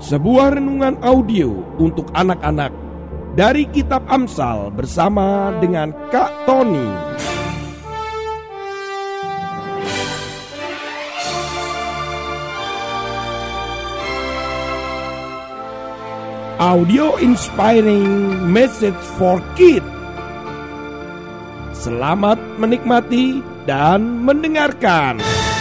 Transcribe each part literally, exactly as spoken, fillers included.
Sebuah renungan audio untuk anak-anak dari Kitab Amsal bersama dengan Kak Tony. Audio inspiring message for kids. Selamat menikmati dan mendengarkan.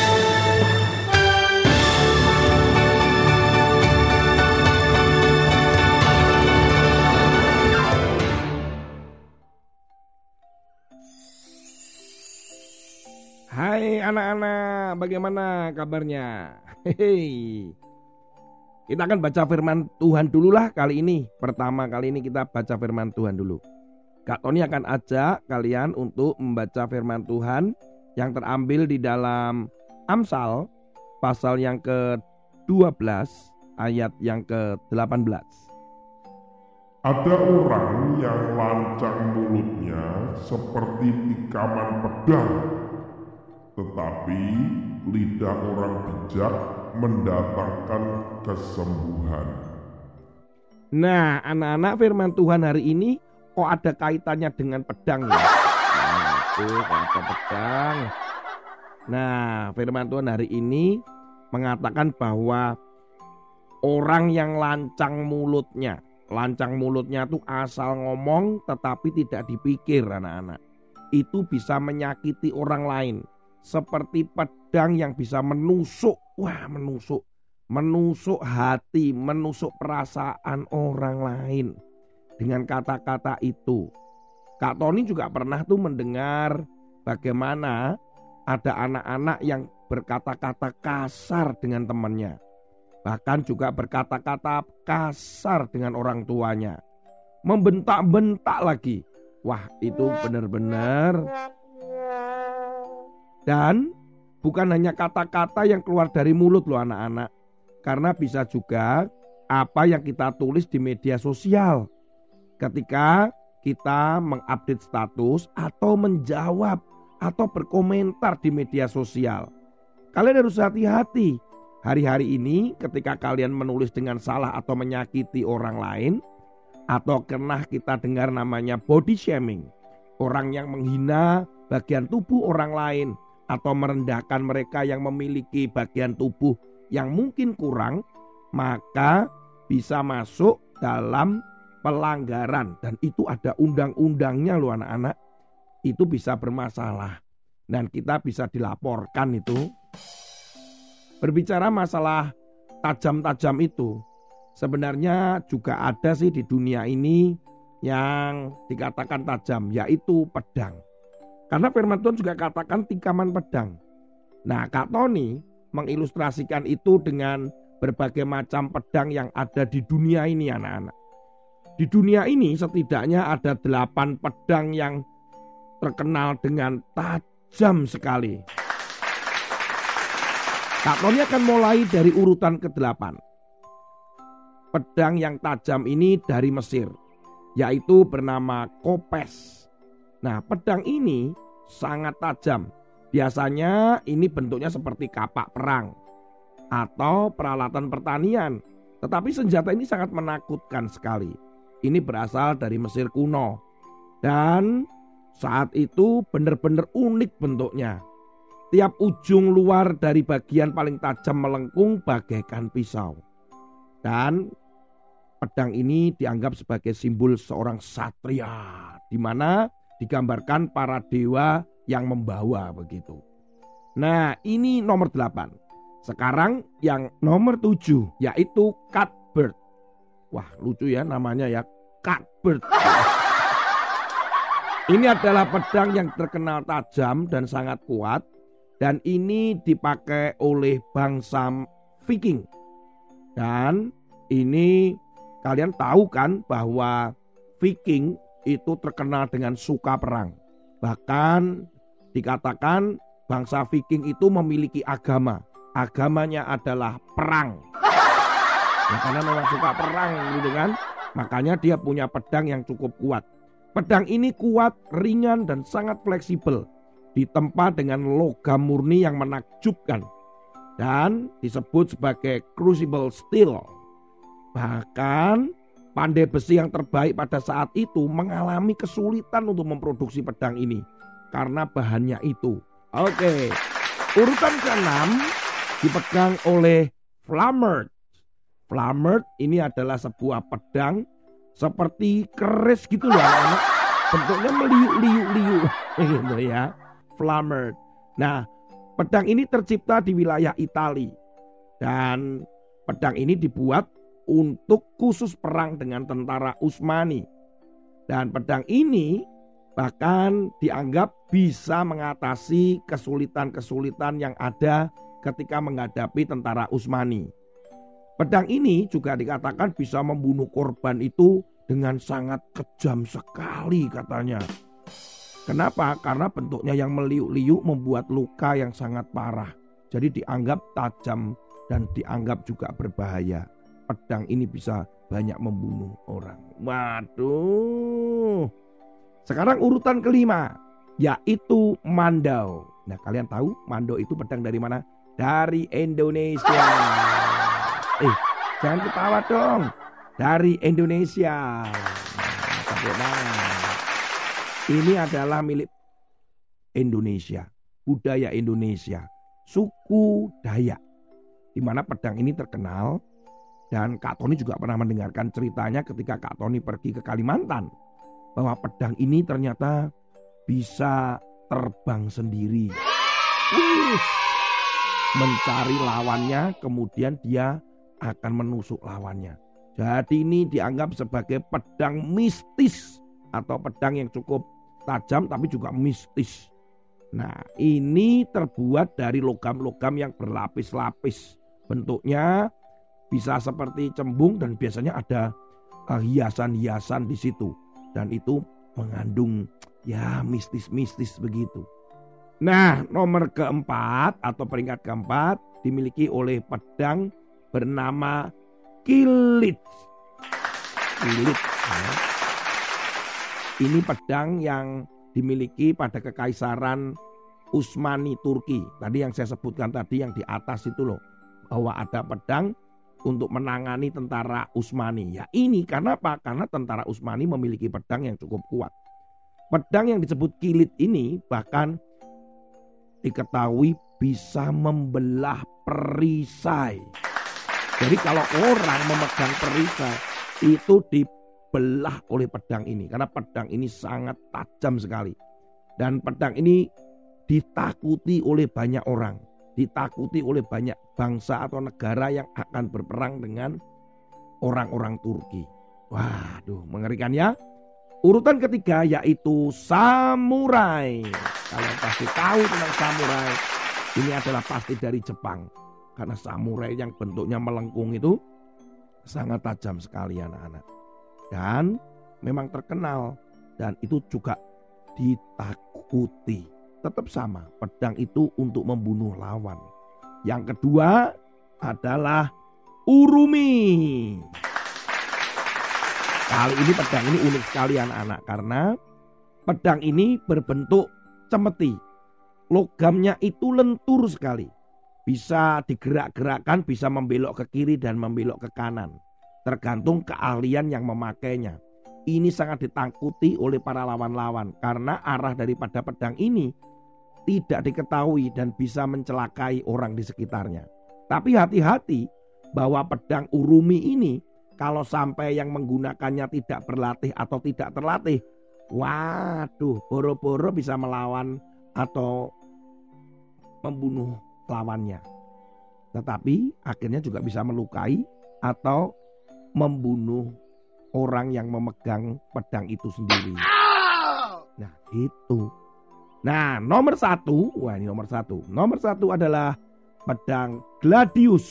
Hai anak-anak, bagaimana kabarnya? Hehehe. Kita akan baca firman Tuhan dulu lah kali ini. Pertama kali ini kita baca firman Tuhan dulu. Kak Tony akan ajak kalian untuk membaca firman Tuhan yang terambil di dalam Amsal pasal yang ke dua belas ayat yang ke delapan belas. Ada orang yang lancang mulutnya seperti tikaman pedang, tetapi lidah orang bijak mendatangkan kesembuhan. Nah, anak-anak, firman Tuhan hari ini kok ada kaitannya dengan pedang ya? Nah, itu kata pedang. Nah, firman Tuhan hari ini mengatakan bahwa orang yang lancang mulutnya, lancang mulutnya tuh asal ngomong tetapi tidak dipikir anak-anak. Itu bisa menyakiti orang lain. Seperti pedang yang bisa menusuk, wah menusuk, menusuk hati, menusuk perasaan orang lain. Dengan kata-kata itu, Kak Tony juga pernah tuh mendengar bagaimana ada anak-anak yang berkata-kata kasar dengan temannya. Bahkan juga berkata-kata kasar dengan orang tuanya. Membentak-bentak lagi. Wah, itu benar-benar. Dan bukan hanya kata-kata yang keluar dari mulut loh anak-anak. Karena bisa juga apa yang kita tulis di media sosial. Ketika kita mengupdate status atau menjawab atau berkomentar di media sosial. Kalian harus hati-hati. Hari-hari ini ketika kalian menulis dengan salah atau menyakiti orang lain. Atau pernah kita dengar namanya body shaming. Orang yang menghina bagian tubuh orang lain. Atau merendahkan mereka yang memiliki bagian tubuh yang mungkin kurang, maka bisa masuk dalam pelanggaran. Dan itu ada undang-undangnya loh anak-anak. Itu bisa bermasalah. Dan kita bisa dilaporkan itu. Berbicara masalah tajam-tajam itu, sebenarnya juga ada sih di dunia ini yang dikatakan tajam, yaitu pedang. Karena firman Tuhan juga katakan tikaman pedang. Nah, Kak Tony mengilustrasikan itu dengan berbagai macam pedang yang ada di dunia ini anak-anak. Di dunia ini setidaknya ada delapan pedang yang terkenal dengan tajam sekali. Kak Tony akan mulai dari urutan kedelapan. Pedang yang tajam ini dari Mesir, yaitu bernama kopes. Nah, pedang ini sangat tajam. Biasanya ini bentuknya seperti kapak perang atau peralatan pertanian. Tetapi senjata ini sangat menakutkan sekali. Ini berasal dari Mesir kuno. Dan saat itu benar-benar unik bentuknya. Tiap ujung luar dari bagian paling tajam melengkung bagaikan pisau. Dan pedang ini dianggap sebagai simbol seorang satria, di mana digambarkan para dewa yang membawa begitu. Nah, ini nomor delapan. Sekarang yang nomor tujuh, yaitu Catbird. Wah, lucu ya namanya ya, Catbird. Ini adalah pedang yang terkenal tajam dan sangat kuat. Dan ini dipakai oleh bangsa Viking. Dan ini kalian tahu kan bahwa Viking itu terkenal dengan suka perang. Bahkan dikatakan bangsa Viking itu memiliki agama. Agamanya adalah perang. Ya, karena memang suka perang gitu kan. Makanya dia punya pedang yang cukup kuat. Pedang ini kuat, ringan dan sangat fleksibel. Ditempa dengan logam murni yang menakjubkan. Dan disebut sebagai crucible steel. Bahkan pandai besi yang terbaik pada saat itu mengalami kesulitan untuk memproduksi pedang ini karena bahannya itu. Oke, urutan keenam dipegang oleh Flammert. Flammert ini adalah sebuah pedang seperti keris gitu loh anak-anak. Bentuknya meliuk-liuk-liuk gitu ya. Flammert. Nah, pedang ini tercipta di wilayah Italia. Dan pedang ini dibuat untuk khusus perang dengan tentara Utsmani. Dan pedang ini bahkan dianggap bisa mengatasi kesulitan-kesulitan yang ada ketika menghadapi tentara Utsmani. Pedang ini juga dikatakan bisa membunuh korban itu dengan sangat kejam sekali katanya. Kenapa? Karena bentuknya yang meliuk-liuk membuat luka yang sangat parah. Jadi dianggap tajam dan dianggap juga berbahaya. Pedang ini bisa banyak membunuh orang. Waduh. Sekarang urutan kelima, yaitu mandau. Nah, kalian tahu mandau itu pedang dari mana? Dari Indonesia. Eh, jangan ketawa dong. Dari Indonesia. Nah, ini adalah milik Indonesia, budaya Indonesia, suku Dayak, di mana pedang ini terkenal. Dan Kak Tony juga pernah mendengarkan ceritanya ketika Kak Tony pergi ke Kalimantan, bahwa pedang ini ternyata bisa terbang sendiri. Wih, mencari lawannya, kemudian dia akan menusuk lawannya. Jadi ini dianggap sebagai pedang mistis atau pedang yang cukup tajam tapi juga mistis. Nah, ini terbuat dari logam-logam yang berlapis-lapis. Bentuknya bisa seperti cembung dan biasanya ada uh, hiasan-hiasan di situ. Dan itu mengandung ya mistis-mistis begitu. Nah, nomor keempat atau peringkat keempat dimiliki oleh pedang bernama Kilit. Kilit. Ya. Ini pedang yang dimiliki pada kekaisaran Utsmani Turki. Tadi yang saya sebutkan tadi yang di atas itu loh. Bahwa ada pedang untuk menangani tentara Utsmani. Ya ini karena apa? Karena tentara Utsmani memiliki pedang yang cukup kuat. Pedang yang disebut Kilit ini bahkan diketahui bisa membelah perisai. Jadi kalau orang memegang perisai itu dibelah oleh pedang ini. Karena pedang ini sangat tajam sekali. Dan pedang ini ditakuti oleh banyak orang. Ditakuti oleh banyak bangsa atau negara yang akan berperang dengan orang-orang Turki. Waduh, mengerikan ya. Urutan ketiga yaitu samurai. Kalian pasti tahu tentang samurai. Ini adalah pasti dari Jepang. Karena samurai yang bentuknya melengkung itu sangat tajam sekali anak-anak. Dan memang terkenal. Dan itu juga ditakuti. Tetap sama, pedang itu untuk membunuh lawan. Yang kedua adalah urumi. Kali ini pedang ini unik sekali anak-anak. Karena pedang ini berbentuk cemeti. Logamnya itu lentur sekali. Bisa digerak-gerakkan, bisa membelok ke kiri dan membelok ke kanan. Tergantung keahlian yang memakainya. Ini sangat ditakuti oleh para lawan-lawan. Karena arah daripada pedang ini tidak diketahui dan bisa mencelakai orang di sekitarnya. Tapi hati-hati bahwa pedang urumi ini kalau sampai yang menggunakannya tidak berlatih atau tidak terlatih, waduh, boro-boro bisa melawan atau membunuh lawannya. Tetapi akhirnya juga bisa melukai atau membunuh orang yang memegang pedang itu sendiri. Nah itu. Nah nomor satu, wah ini nomor satu. Nomor satu adalah pedang gladius.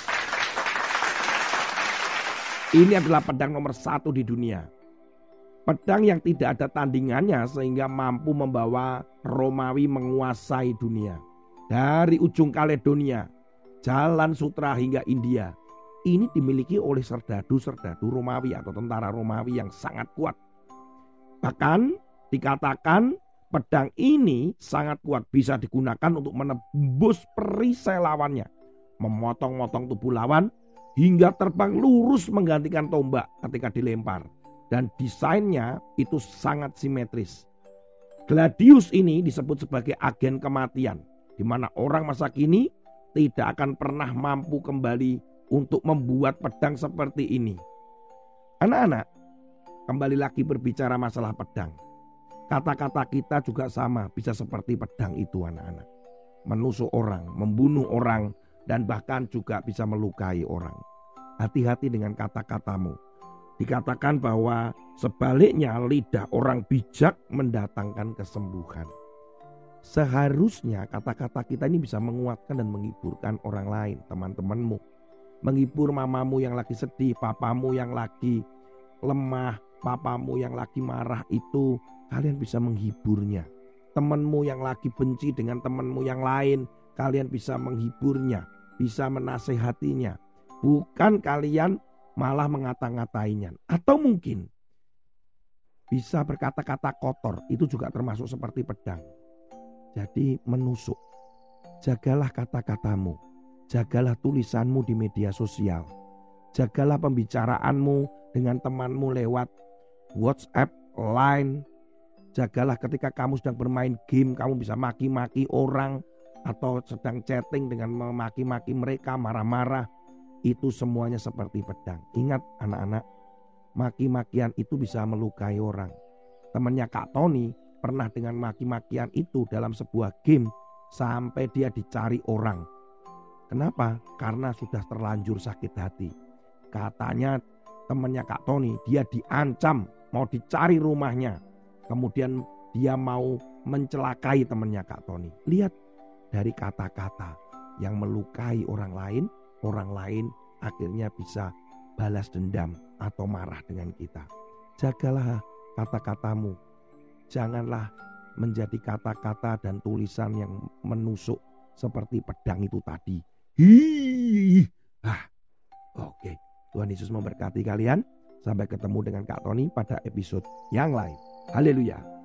Ini adalah pedang nomor satu di dunia. Pedang yang tidak ada tandingannya sehingga mampu membawa Romawi menguasai dunia. Dari ujung Kaledonia, Jalan Sutra hingga India. Ini dimiliki oleh serdadu-serdadu Romawi atau tentara Romawi yang sangat kuat. Bahkan dikatakan pedang ini sangat kuat, bisa digunakan untuk menembus perisai lawannya. Memotong-motong tubuh lawan, hingga terbang lurus menggantikan tombak ketika dilempar. Dan desainnya itu sangat simetris. Gladius ini disebut sebagai agen kematian, di mana orang masa kini tidak akan pernah mampu kembali untuk membuat pedang seperti ini. Anak-anak, kembali lagi berbicara masalah pedang. Kata-kata kita juga sama, bisa seperti pedang itu anak-anak. Menusuk orang, membunuh orang, dan bahkan juga bisa melukai orang. Hati-hati dengan kata-katamu. Dikatakan bahwa sebaliknya lidah orang bijak mendatangkan kesembuhan. Seharusnya kata-kata kita ini bisa menguatkan dan menghiburkan orang lain, teman-temanmu. Menghibur mamamu yang lagi sedih, papamu yang lagi lemah, papamu yang lagi marah, itu kalian bisa menghiburnya. Temanmu yang lagi benci dengan temanmu yang lain, kalian bisa menghiburnya, bisa menasehatinya. Bukan kalian malah mengata-ngatainya. Atau mungkin bisa berkata-kata kotor, itu juga termasuk seperti pedang. Jadi menusuk. Jagalah kata-katamu, jagalah tulisanmu di media sosial, jagalah pembicaraanmu dengan temanmu lewat WhatsApp, Line. Jagalah ketika kamu sedang bermain game, kamu bisa maki-maki orang atau sedang chatting dengan memaki-maki mereka, marah-marah. Itu semuanya seperti pedang. Ingat anak-anak, maki-makian itu bisa melukai orang. Temannya Kak Tony pernah dengan maki-makian itu dalam sebuah game sampai dia dicari orang. Kenapa? Karena sudah terlanjur sakit hati. Katanya temannya Kak Tony, dia diancam mau dicari rumahnya. Kemudian dia mau mencelakai temannya Kak Tony. Lihat, dari kata-kata yang melukai orang lain, orang lain akhirnya bisa balas dendam atau marah dengan kita. Jagalah kata-katamu. Janganlah menjadi kata-kata dan tulisan yang menusuk seperti pedang itu tadi. Hi, ah, oke. Tuhan Yesus memberkati kalian. Sampai ketemu dengan Kak Tony pada episode yang lain. Haleluya.